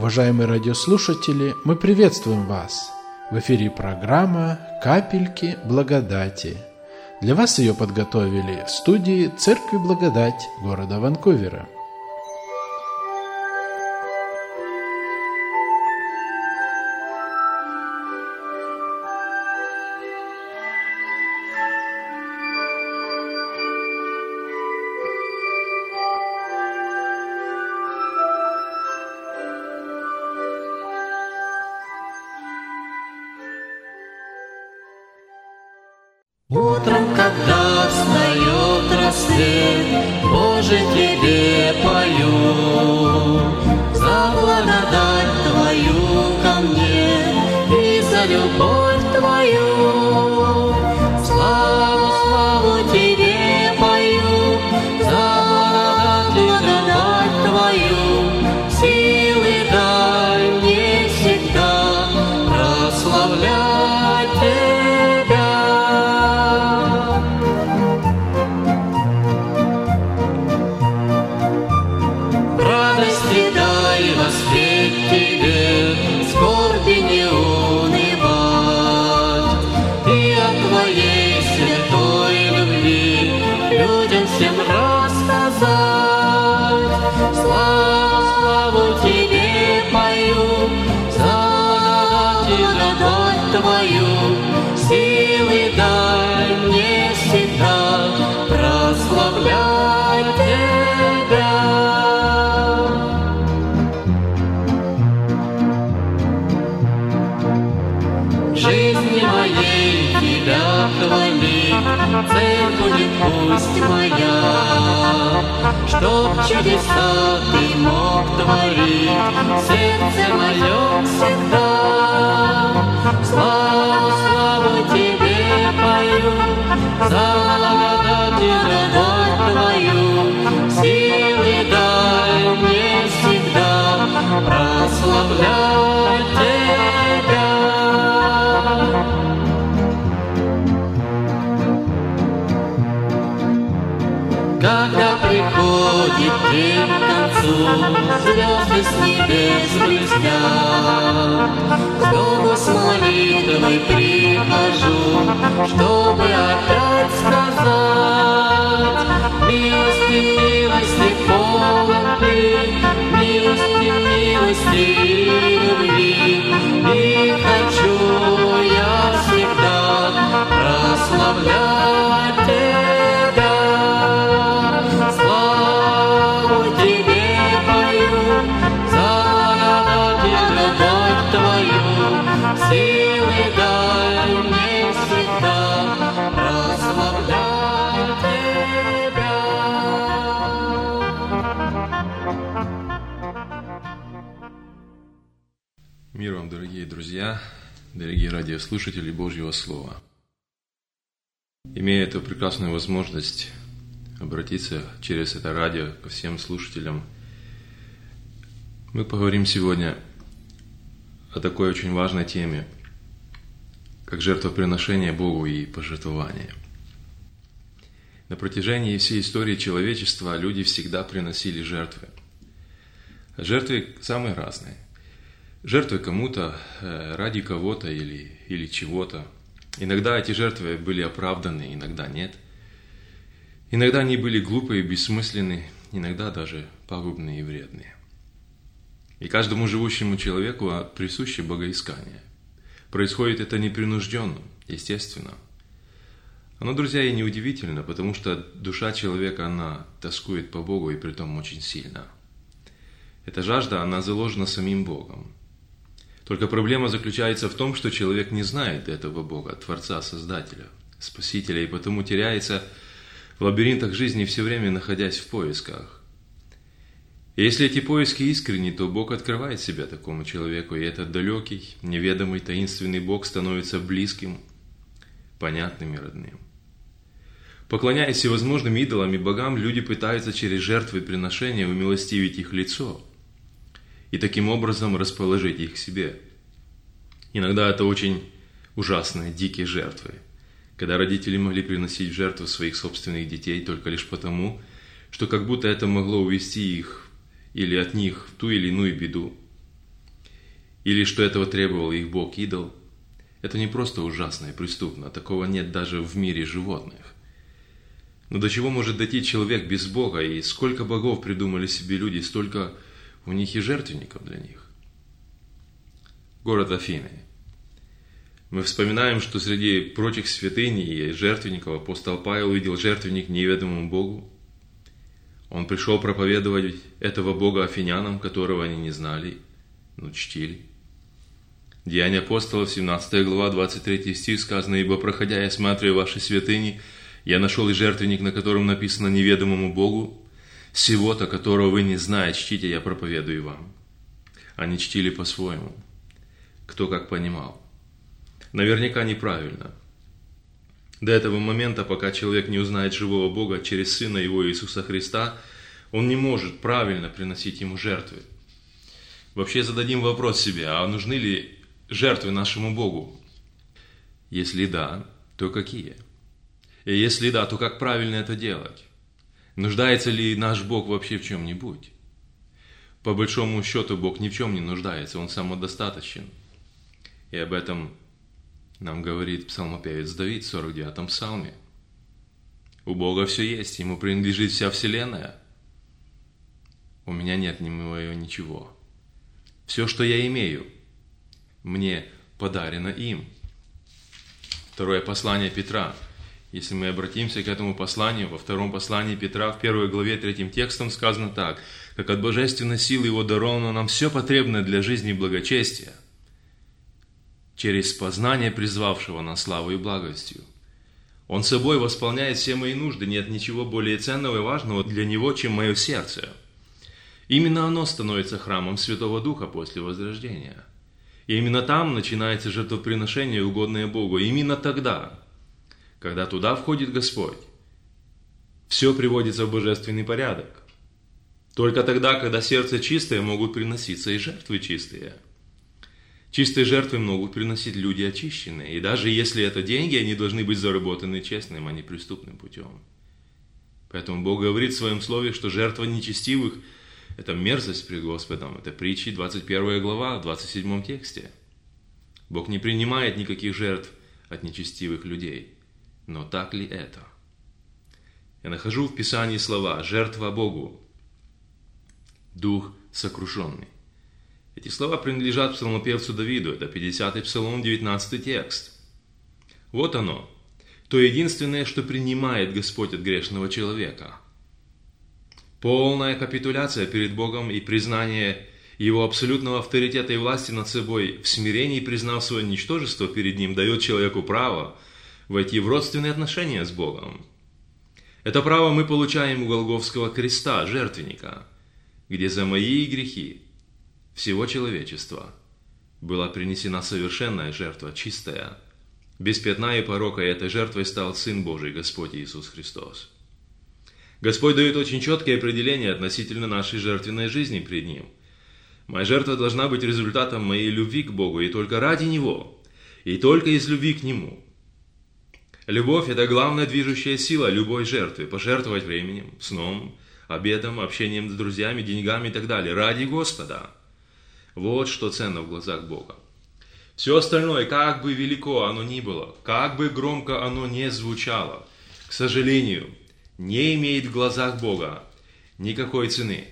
Уважаемые радиослушатели, мы приветствуем вас! В эфире программа «Капельки благодати». Для вас ее подготовили в студии Церкви Благодать города Ванкувера. Утром, когда встает рассвет, Боже, Тебе пою за благодать Твою ко мне и за любовь Твою. Славу, славу Тебе пою за благодать Твою. Силы дай мне всегда прославлять Тебя. Всем рассказать. Славу Тебе пою за благодать Твою. Силы дай мне всегда прославлять Тебя. В жизни моей Тебя хвалить, цель будет пусть моя, чтоб чудеса Ты мог творить в сердце моем всегда. Славу, славу Тебе пою за благодать и любовь Твою. Силы дай мне всегда прославлять Тебя. Когда приходит день к концу, звезды с небес блестят, к Богу с молитвой прихожу, чтобы опять сказать: милости, милости полон Ты, милости, милости и любви, и хочу я всегда прославлять Тебя. Мир вам, дорогие друзья, дорогие радиослушатели Божьего Слова. Имея эту прекрасную возможность обратиться через это радио ко всем слушателям, мы поговорим сегодня о такой очень важной теме, как жертвоприношение Богу и пожертвование. На протяжении всей истории человечества люди всегда приносили жертвы. Жертвы самые разные. Жертвы кому-то, ради кого-то или чего-то. Иногда эти жертвы были оправданы, иногда нет. Иногда они были глупые и бессмысленны, иногда даже пагубные и вредные. И каждому живущему человеку присуще богоискание. Происходит это непринужденно, естественно. Оно, друзья, и неудивительно, потому что душа человека, она тоскует по Богу, и притом очень сильно. Эта жажда, она заложена самим Богом. Только проблема заключается в том, что человек не знает этого Бога, Творца, Создателя, Спасителя, и потому теряется в лабиринтах жизни все время, находясь в поисках. И если эти поиски искренни, то Бог открывает себя такому человеку, и этот далекий, неведомый, таинственный Бог становится близким, понятным и родным. Поклоняясь всевозможным идолам и богам, люди пытаются через жертвы и приношения умилостивить их лицо и таким образом расположить их к себе. Иногда это очень ужасные, дикие жертвы, когда родители могли приносить в жертву своих собственных детей только лишь потому, что как будто это могло увести их или от них в ту или иную беду. или что этого требовал их Бог-идол, это не просто ужасно и преступно, такого нет даже в мире животных. Но до чего может дойти человек без Бога, и сколько богов придумали себе люди, столько у них и жертвенников для них. Город Афины. Мы вспоминаем, что среди прочих святынь и жертвенников апостол Павел увидел жертвенник неведомому Богу. Он пришел проповедовать этого Бога афинянам, которого они не знали, но чтили. Деяния апостолов, 17 глава, 23 стих сказано: «Ибо, проходя и осматривая ваши святыни, я нашел и жертвенник, на котором написано неведомому Богу, сего-то, которого вы не знаете, чтите, я проповедую вам». Они чтили по-своему, кто как понимал. Наверняка неправильно. До этого момента, пока человек не узнает живого Бога через Сына Его Иисуса Христа, он не может правильно приносить Ему жертвы. Вообще зададим вопрос себе, а нужны ли жертвы нашему Богу? Если да, то какие? И если да, то как правильно это делать? Нуждается ли наш Бог вообще в чем-нибудь? По большому счету, Бог ни в чем не нуждается, Он самодостаточен. И об этом нам говорит псалмопевец Давид в 49-м псалме. У Бога все есть, Ему принадлежит вся вселенная. У меня нет ни моего ничего. Все, что я имею, мне подарено им. Второе послание Петра. Если мы обратимся к этому посланию, во втором послании Петра, в 1 главе 3 текстом сказано так: «Как от божественной силы Его даровано нам все потребное для жизни и благочестия, через познание призвавшего нас славу и благостью. Он собой восполняет все мои нужды, нет ничего более ценного и важного для Него, чем мое сердце. Именно оно становится храмом Святого Духа после возрождения. И именно там начинается жертвоприношение, угодное Богу. И именно тогда, когда туда входит Господь, все приводится в божественный порядок. Только тогда, когда сердце чистое, могут приноситься и жертвы чистые. Чистые жертвы могут приносить люди очищенные. И даже если это деньги, они должны быть заработаны честным, а не преступным путем. Поэтому Бог говорит в Своем Слове, что жертва нечестивых – это мерзость пред Господом. Это притчи, 21 глава, в 27 тексте. Бог не принимает никаких жертв от нечестивых людей. Но так ли это? Я нахожу в Писании слова «жертва Богу», «дух сокрушенный». Эти слова принадлежат псалмопевцу Давиду. Это 50-й псалом, 19 текст. Вот оно, то единственное, что принимает Господь от грешного человека. Полная капитуляция перед Богом и признание Его абсолютного авторитета и власти над собой в смирении, признав свое ничтожество перед Ним, дает человеку право войти в родственные отношения с Богом. Это право мы получаем у Голгофского креста, жертвенника, где за мои грехи всего человечества была принесена совершенная жертва, чистая, без пятна и порока, и этой жертвой стал Сын Божий, Господь Иисус Христос. Господь дает очень четкие определения относительно нашей жертвенной жизни пред Ним. Моя жертва должна быть результатом моей любви к Богу, и только ради Него, и только из любви к Нему. Любовь – это главная движущая сила любой жертвы. Пожертвовать временем, сном, обедом, общением с друзьями, деньгами и так далее. Ради Господа. Вот что ценно в глазах Бога. Все остальное, как бы велико оно ни было, как бы громко оно не звучало, к сожалению, не имеет в глазах Бога никакой цены.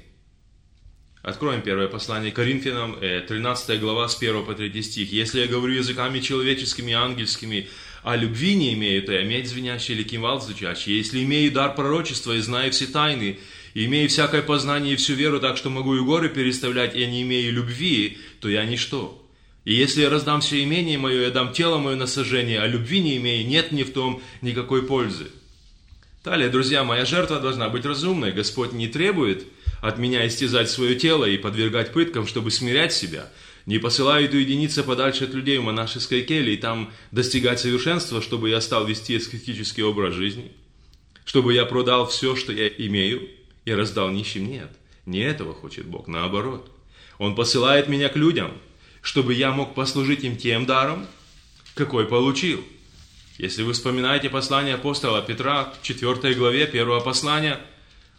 Откроем первое послание Коринфянам, 13 глава, с 1 по 3 стих. «Если я говорю языками человеческими и ангельскими, а любви не имею, то я медь звенящая или кимвал звучащий. Если имею дар пророчества и знаю все тайны, и имею всякое познание и всю веру, так что могу и горы переставлять, и не имею любви, то я ничто. И если я раздам все имение мое, я дам тело мое на сожжение, а любви не имею, нет мне в том никакой пользы». Далее, друзья, моя жертва должна быть разумной. Господь не требует от меня истязать свое тело и подвергать пыткам, чтобы смирять себя. Не посылает уединиться подальше от людей в монашеской келье и там достигать совершенства, чтобы я стал вести аскетический образ жизни, чтобы я продал все, что я имею, и раздал нищим. Нет, не этого хочет Бог, наоборот. Он посылает меня к людям, чтобы я мог послужить им тем даром, какой получил. Если вы вспоминаете послание апостола Петра, в 4 главе 1 послания,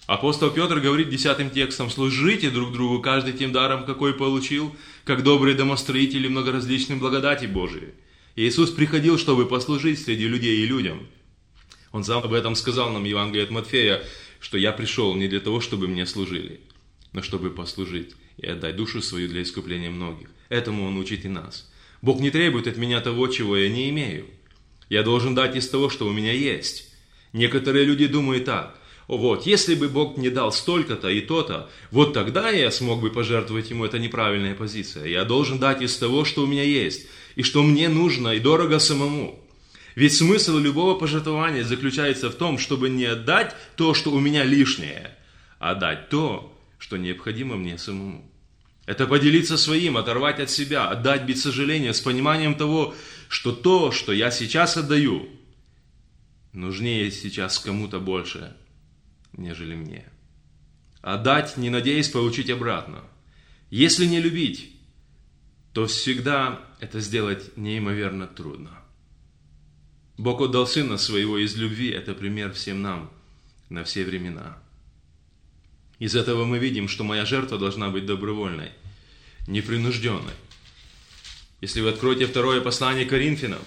Апостол Петр говорит 10 текстом: «Служите друг другу, каждый тем даром, какой получил, как добрые домостроители многоразличной благодати Божией». Иисус приходил, чтобы послужить среди людей и людям. Он сам об этом сказал нам в Евангелии от Матфея, что «Я пришел не для того, чтобы мне служили, но чтобы послужить и отдать душу свою для искупления многих». Этому Он учит и нас. Бог не требует от меня того, чего я не имею. Я должен дать из того, что у меня есть. Некоторые люди думают так: вот, если бы Бог мне дал столько-то и то-то, вот тогда я смог бы пожертвовать Ему. Это неправильная позиция. Я должен дать из того, что у меня есть, и что мне нужно и дорого самому. Ведь смысл любого пожертвования заключается в том, чтобы не отдать то, что у меня лишнее, а дать то, что необходимо мне самому. Это поделиться своим, оторвать от себя, отдать без сожаления, с пониманием того, что то, что я сейчас отдаю, нужнее сейчас кому-то больше, нежели мне. Отдать, не надеясь получить обратно. Если не любить, то всегда это сделать неимоверно трудно. Бог отдал Сына Своего из любви, это пример всем нам на все времена. Из этого мы видим, что моя жертва должна быть добровольной, непринужденной. Если вы откроете второе послание Коринфянам,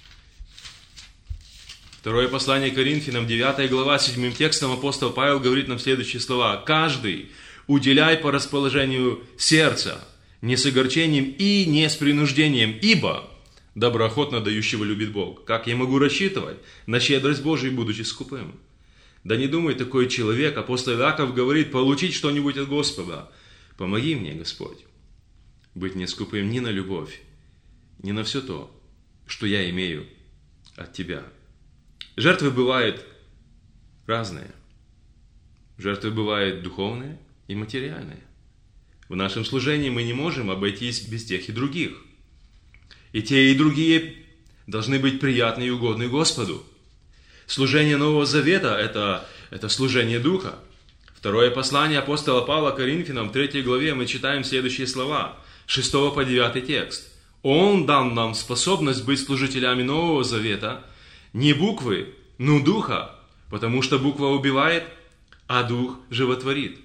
9 глава, 7 текстом апостол Павел говорит нам следующие слова: «Каждый уделяй по расположению сердца, не с огорчением и не с принуждением, ибо доброохотно дающего любит Бог. Как я могу рассчитывать на щедрость Божию, будучи скупым?» Да не думай такой человек. Апостол Иаков говорит: получить что-нибудь от Господа. Помоги мне, Господь, быть не скупым ни на любовь, ни на все то, что я имею от Тебя. Жертвы бывают разные. Жертвы бывают духовные и материальные. В нашем служении мы не можем обойтись без тех и других. И те, и другие должны быть приятны и угодны Господу. Служение Нового Завета – это служение Духа. Второе послание апостола Павла Коринфянам, в 3 главе, мы читаем следующие слова, 6 по 9 текст. «Он дал нам способность быть служителями Нового Завета, не буквы, но Духа, потому что буква убивает, а Дух животворит».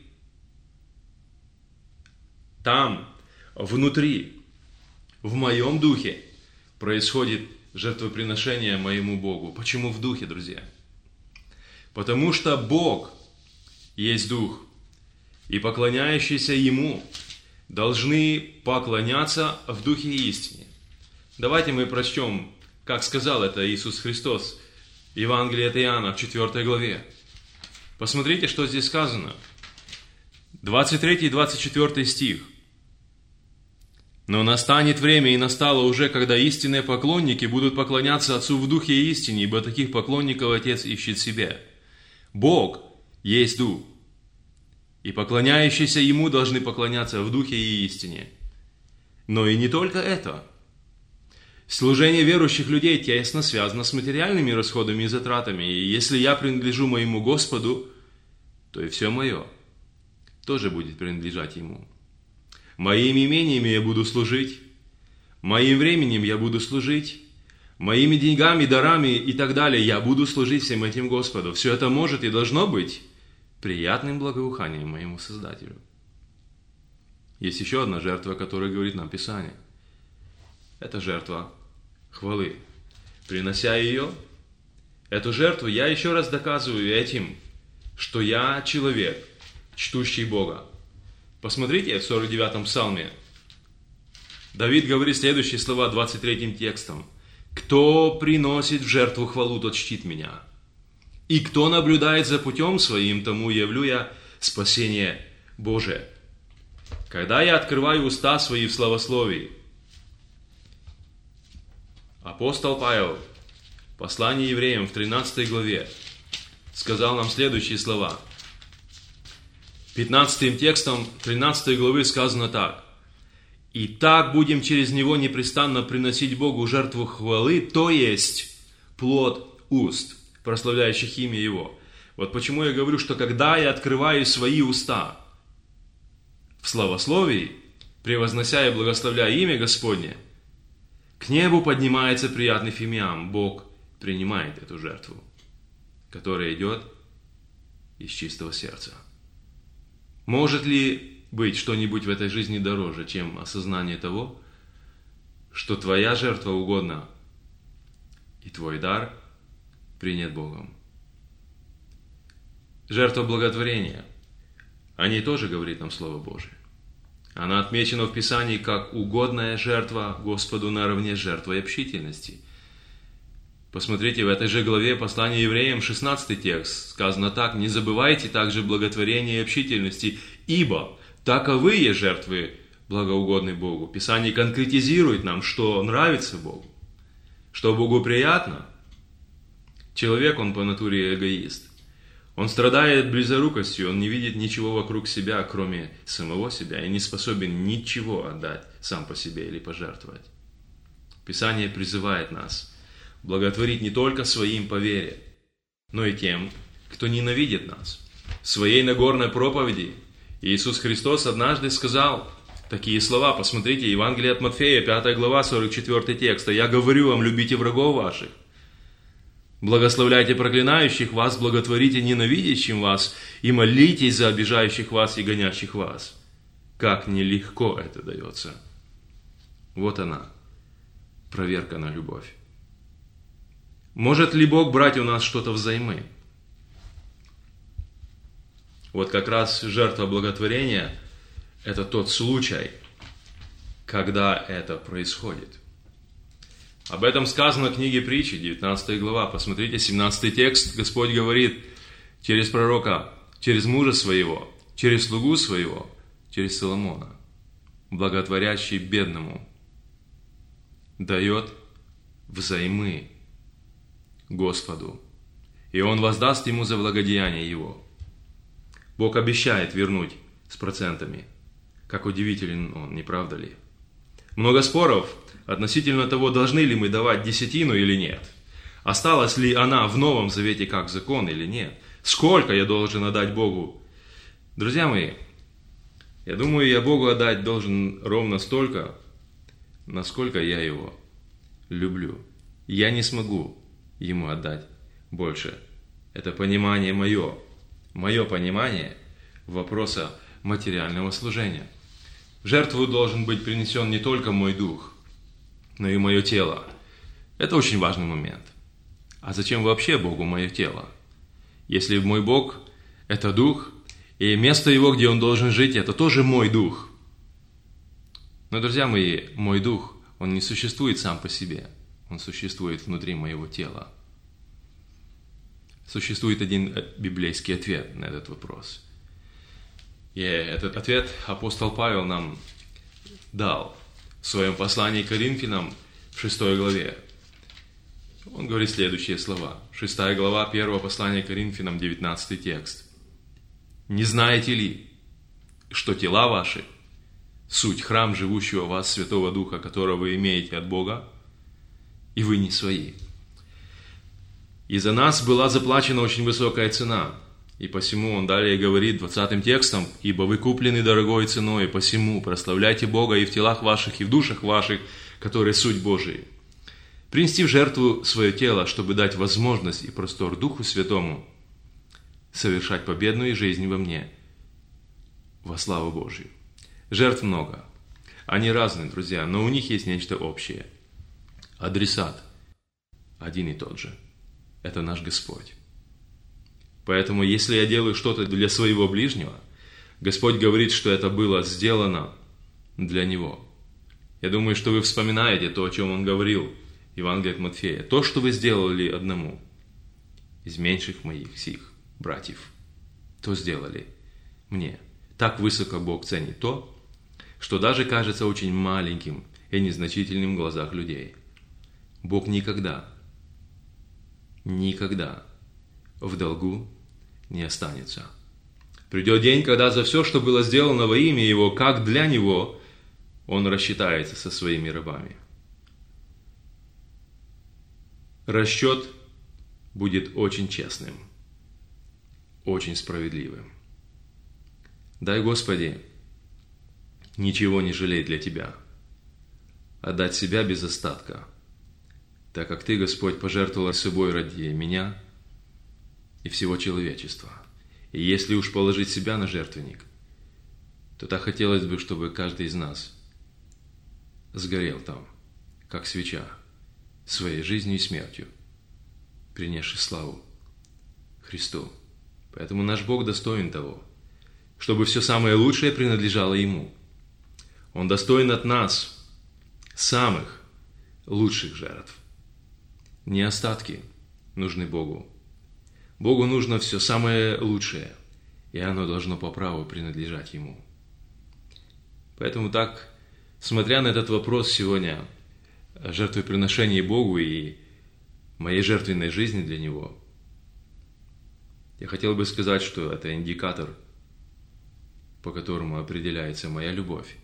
Там, внутри, в моем духе происходит жертвоприношение моему Богу. Почему в духе, друзья? Потому что Бог есть Дух, и поклоняющиеся Ему должны поклоняться в Духе и истине. Давайте мы прочтем, как сказал это Иисус Христос, Евангелие от Иоанна в 4 главе. Посмотрите, что здесь сказано. 23 и 24 стих. «Но настанет время, и настало уже, когда истинные поклонники будут поклоняться Отцу в Духе и истине, ибо таких поклонников Отец ищет себе. Бог есть Дух, и поклоняющиеся Ему должны поклоняться в Духе и истине». Но и не только это. Служение верующих людей тесно связано с материальными расходами и затратами, и если я принадлежу моему Господу, то и все мое тоже будет принадлежать Ему. Моими имениями я буду служить, моим временем я буду служить, моими деньгами, дарами и так далее я буду служить всем этим Господу. Все это может и должно быть приятным благоуханием моему Создателю. Есть еще одна жертва, о которой говорит нам Писание. Это жертва хвалы. Принося ее, эту жертву, я еще раз доказываю этим, что я человек, чтущий Бога. Посмотрите в 49-м псалме. Давид говорит следующие слова 23-м текстом. «Кто приносит в жертву хвалу, тот чтит меня. И кто наблюдает за путем своим, тому явлю я спасение Божие. Когда я открываю уста свои в славословии». Апостол Павел в послании евреям в 13 главе сказал нам следующие слова. 15 текстом 13 главы сказано так. «И так будем через Него непрестанно приносить Богу жертву хвалы, то есть плод уст, прославляющих имя Его». Вот почему я говорю, что когда я открываю свои уста в славословии, превознося и благословляя имя Господне, к небу поднимается приятный фимиам. Бог принимает эту жертву, которая идет из чистого сердца. Может ли быть что-нибудь в этой жизни дороже, чем осознание того, что твоя жертва угодна и твой дар принят Богом? Жертва благотворения, о ней тоже говорит нам Слово Божие. Она отмечена в Писании как угодная жертва Господу наравне с жертвой общительности. Посмотрите, в этой же главе послания евреям, 16 текст, сказано так: «Не забывайте также благотворения и общительности, ибо таковые жертвы благоугодны Богу». Писание конкретизирует нам, что нравится Богу, что Богу приятно. Человек, он по натуре эгоист. Он страдает близорукостью, он не видит ничего вокруг себя, кроме самого себя, и не способен ничего отдать сам по себе или пожертвовать. Писание призывает нас благотворить не только своим по вере, но и тем, кто ненавидит нас. В своей Нагорной проповеди Иисус Христос однажды сказал такие слова. Посмотрите, Евангелие от Матфея, 5 глава, 44 текст. «Я говорю вам, любите врагов ваших, благословляйте проклинающих вас, благотворите ненавидящим вас, и молитесь за обижающих вас и гонящих вас». Как нелегко это дается. Вот она, проверка на любовь. Может ли Бог брать у нас что-то взаймы? Вот как раз жертва благотворения – это тот случай, когда это происходит. Об этом сказано в книге Притчи, 19 глава. Посмотрите, 17 текст. Господь говорит через пророка, через мужа своего, через слугу своего, через Соломона: благотворящий бедному дает взаймы Господу, и Он воздаст ему за благодеяние его. Бог обещает вернуть с процентами. Как удивителен Он, не правда ли? Много споров относительно того, должны ли мы давать десятину или нет. Осталась ли она в Новом Завете как закон или нет. Сколько я должен отдать Богу? Друзья мои, я думаю, я Богу отдать должен ровно столько, насколько я Его люблю. Я не смогу Ему отдать больше. Это понимание мое понимание вопроса материального служения. В жертву должен быть принесен не только мой дух, но и мое тело. Это очень важный момент. А зачем вообще Богу мое тело? Если мой Бог – это дух, и место Его, где Он должен жить, это тоже мой дух. Но, друзья мои, мой дух, он не существует сам по себе. Он существует внутри моего тела. Существует один библейский ответ на этот вопрос. И этот ответ апостол Павел нам дал в своем послании к Коринфянам в 6 главе. Он говорит следующие слова. 6 глава 1 послания к Коринфянам, 19 текст. «Не знаете ли, что тела ваши – суть храм живущего в вас Святого Духа, которого вы имеете от Бога, и вы не свои? И за нас была заплачена очень высокая цена». И посему он далее говорит 20 текстом: «Ибо вы куплены дорогой ценой, и посему прославляйте Бога и в телах ваших, и в душах ваших, которые суть Божии». Принести в жертву свое тело, чтобы дать возможность и простор Духу Святому совершать победную жизнь во мне, во славу Божию. Жертв много. Они разные, друзья, но у них есть нечто общее. Адресат один и тот же. Это наш Господь. Поэтому, если я делаю что-то для своего ближнего, Господь говорит, что это было сделано для Него. Я думаю, что вы вспоминаете то, о чем Он говорил в Евангелии от Матфея. То, что вы сделали одному из меньших моих сих братьев, то сделали мне. Так высоко Бог ценит то, что даже кажется очень маленьким и незначительным в глазах людей. Бог никогда в долгу не останется. Придет день, когда за все, что было сделано во имя Его, как для Него, Он рассчитается со своими рабами. Расчет будет очень честным, очень справедливым. Дай, Господи, ничего не жалеть для Тебя, отдать себя без остатка, так как Ты, Господь, пожертвовал собой ради меня и всего человечества. И если уж положить себя на жертвенник, то так хотелось бы, чтобы каждый из нас сгорел там, как свеча, своей жизнью и смертью, принесший славу Христу. Поэтому наш Бог достоин того, чтобы все самое лучшее принадлежало Ему. Он достоин от нас самых лучших жертв. Не остатки нужны Богу. Богу нужно все самое лучшее, и оно должно по праву принадлежать Ему. Поэтому так, смотря на этот вопрос сегодня о жертвоприношении Богу и моей жертвенной жизни для Него, я хотел бы сказать, что это индикатор, по которому определяется моя любовь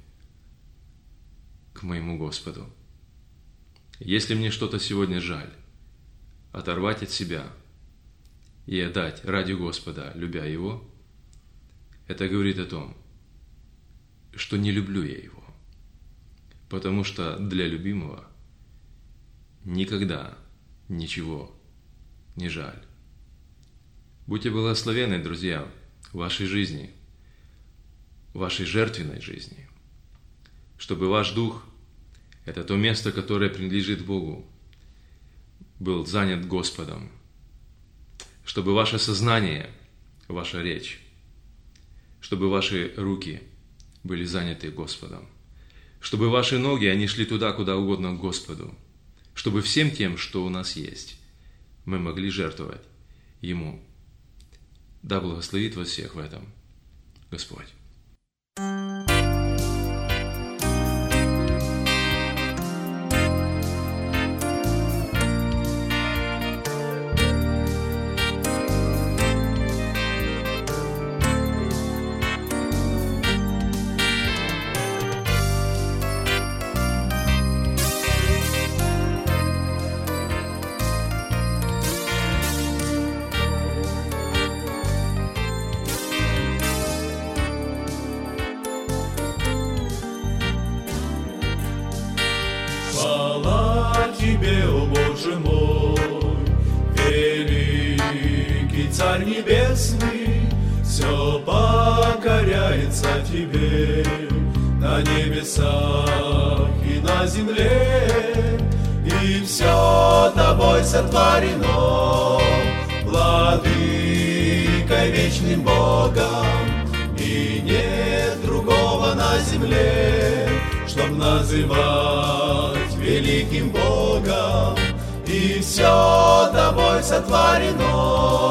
к моему Господу. Если мне что-то сегодня жаль, оторвать от себя и отдать ради Господа, любя Его, это говорит о том, что не люблю я Его, потому что для любимого никогда ничего не жаль. Будьте благословенны, друзья, в вашей жизни, в вашей жертвенной жизни, чтобы ваш дух, это то место, которое принадлежит Богу, был занят Господом, чтобы ваше сознание, ваша речь, чтобы ваши руки были заняты Господом, чтобы ваши ноги, они шли туда, куда угодно Господу, чтобы всем тем, что у нас есть, мы могли жертвовать Ему. Да благословит вас всех в этом Господь. Хвала Тебе, о Боже мой, великий Царь Небесный, все покоряется Тебе на небесах и на земле, и все Тобой сотворено, Владыкой вечным Богом, и нет другого на земле, чтоб называть великим Богом, и все Тобой сотворено,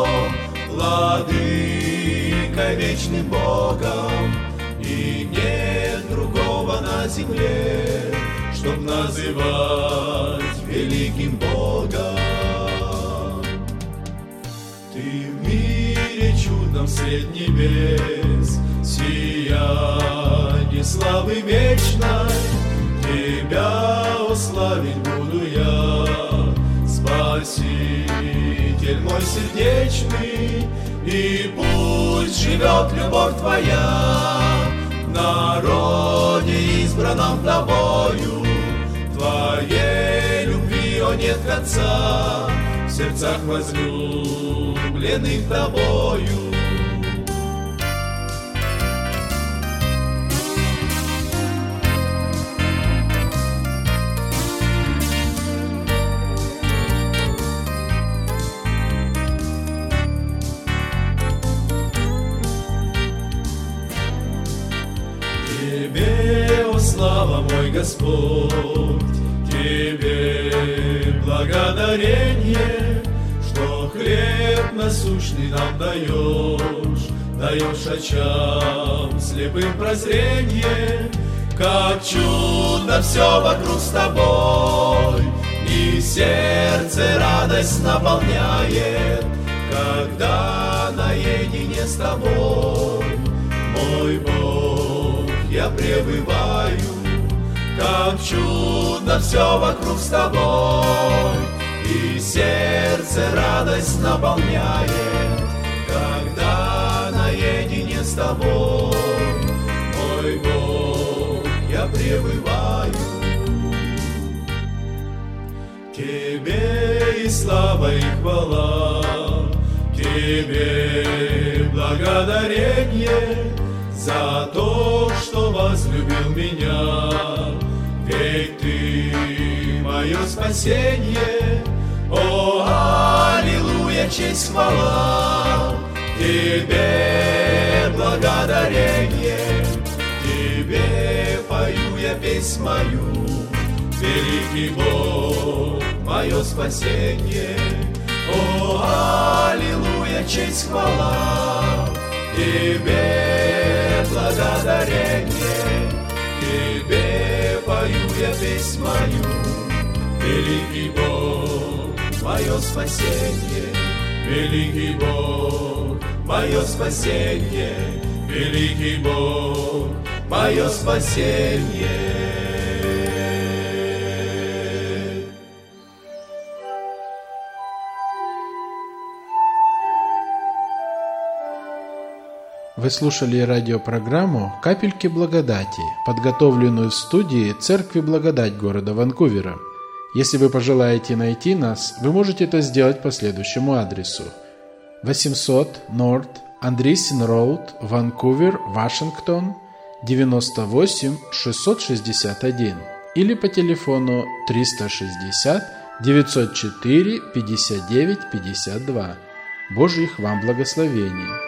Владыкой вечным Bogom, и нет другого на земле, чтоб называть великим Богом. Ты в мире чудном средь небес, сияние славы вечной, Тебя уславить буду я, Спаситель мой сердечный, и пусть живет любовь Твоя в народе, избранном Тобою. Твоей любви, о, нет конца в сердцах возлюбленных Тобою. Тебе, о слава мой Господь, Тебе благодарение, что хлеб насущный нам даешь, даешь очам слепым прозрение, как чудо все вокруг с Тобой, и сердце радость наполняет, когда наедине с Тобой, мой Бог, я пребываю, как чудо все вокруг с Тобой, и сердце радость наполняет, когда наедине с Тобой, мой Бог, я пребываю. Тебе и слава, и хвала, Тебе благодарение за то, что возлюбил меня. Ведь Ты мое спасение. О, аллилуйя, честь, хвала Тебе, благодарение. Тебе пою я песнь мою. Великий Бог, мое спасение. О, аллилуйя, честь, хвала Тебе, благодарение. Тебе пою я песнь мою. Великий Бог, мое спасение. Великий Бог, мое спасение. Великий Бог, мое спасение. Вы слушали радиопрограмму «Капельки благодати», подготовленную в студии Церкви Благодать города Ванкувера. Если вы пожелаете найти нас, вы можете это сделать по следующему адресу: 800 North Andreessen Road, Ванкувер, Вашингтон, 98 661, или по телефону 360 904 59 52. Божьих вам благословений!